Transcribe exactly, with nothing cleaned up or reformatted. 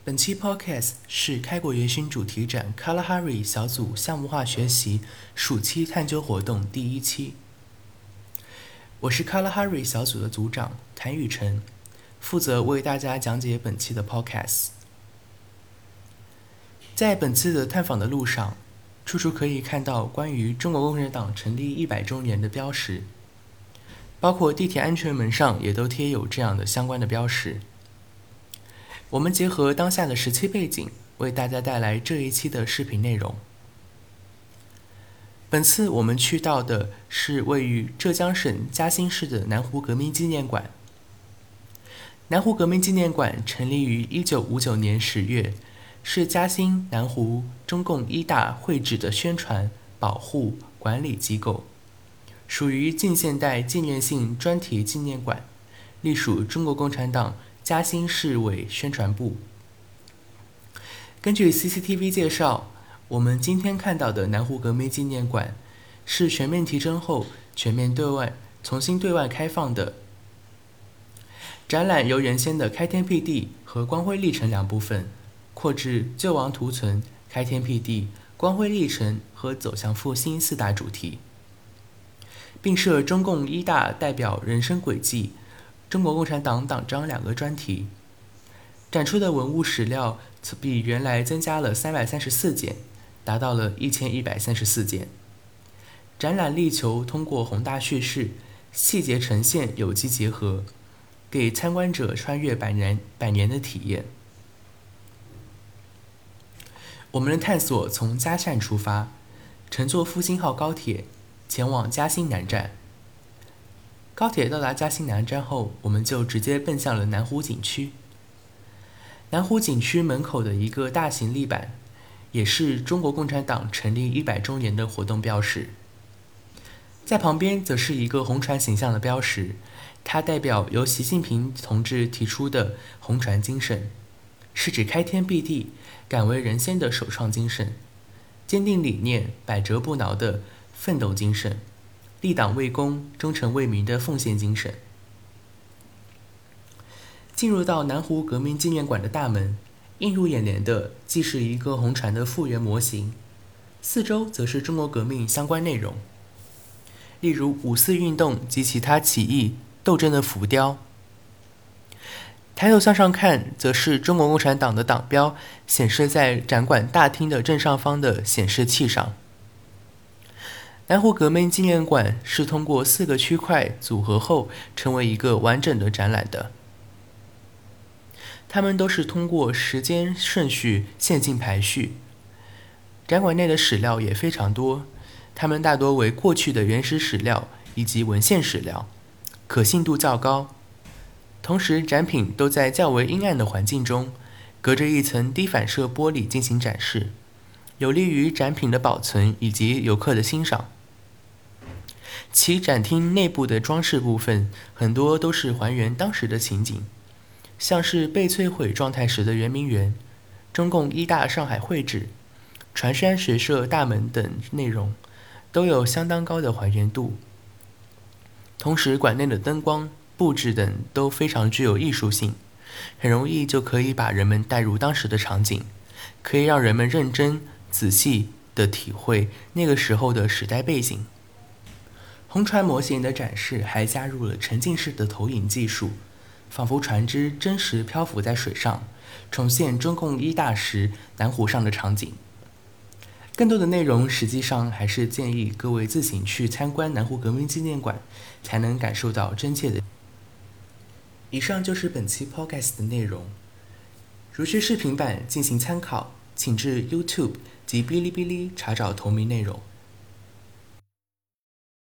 本期 Podcast 是开国元勋主题展 Kalahari 小组项目化学习暑期探究活动第一期。我是 Kalahari 小组的组长谭雨辰，负责为大家讲解本期的 Podcast。在本次的探访的路上，处处可以看到关于中国共产党成立一百周年的标识，包括地铁安全门上也都贴有这样的相关的标识。我们结合当下的时期背景，为大家带来这一期的视频内容。本次我们去到的是位于浙江省嘉兴市的南湖革命纪念馆。南湖革命纪念馆成立于一九五九年十月，是嘉兴、南湖中共一大会址的宣传、保护、管理机构，属于近现代纪念性专题纪念馆，隶属中国共产党嘉兴市委宣传部。根据 C C T V 介绍，我们今天看到的南湖革命纪念馆是全面提升后全面对外重新对外开放的。展览由原先的开天辟地和光辉历程两部分扩至救亡图存、开天辟地、光辉历程和走向复兴四大主题，并设中共一大代表人生轨迹、中国共产党党章两个专题。展出的文物史料比原来增加了三百三十四件，达到了一千一百三十四件。展览力求通过宏大叙事、细节呈现有机结合，给参观者穿越百年百年的体验。我们的探索从嘉善出发，乘坐复兴号高铁前往嘉兴南站。高铁到达嘉兴南站后，我们就直接奔向了南湖景区。南湖景区门口的一个大型立板，也是中国共产党成立一百周年的活动标识。在旁边则是一个红船形象的标识，它代表由习近平同志提出的红船精神，是指开天辟地、敢为人先的首创精神，坚定理念、百折不挠的奋斗精神，立党为公、忠诚为民的奉献精神。进入到南湖革命纪念馆的大门，映入眼帘的既是一个红船的复原模型，四周则是中国革命相关内容，例如五四运动及其他起义斗争的浮雕。抬头向上看，则是中国共产党的党标显示在展馆大厅的正上方的显示器上。南湖革命纪念馆是通过四个区块组合后成为一个完整的展览的，它们都是通过时间顺序线性排序。展馆内的史料也非常多，它们大多为过去的原始史料以及文献史料，可信度较高。同时展品都在较为阴暗的环境中，隔着一层低反射玻璃进行展示，有利于展品的保存以及游客的欣赏。其展厅内部的装饰部分很多都是还原当时的情景，像是被摧毁状态时的圆明园、中共一大上海会址、船山学社大门等内容，都有相当高的还原度。同时馆内的灯光、布置等都非常具有艺术性，很容易就可以把人们带入当时的场景，可以让人们认真仔细地体会那个时候的时代背景。红船模型的展示还加入了沉浸式的投影技术，仿佛船只真实漂浮在水上，重现中共一大时南湖上的场景。更多的内容实际上还是建议各位自行去参观南湖革命纪念馆，才能感受到真切的。以上就是本期 Podcast 的内容，如需视频版进行参考，请至 YouTube 及哔哩哔哩查找同名内容。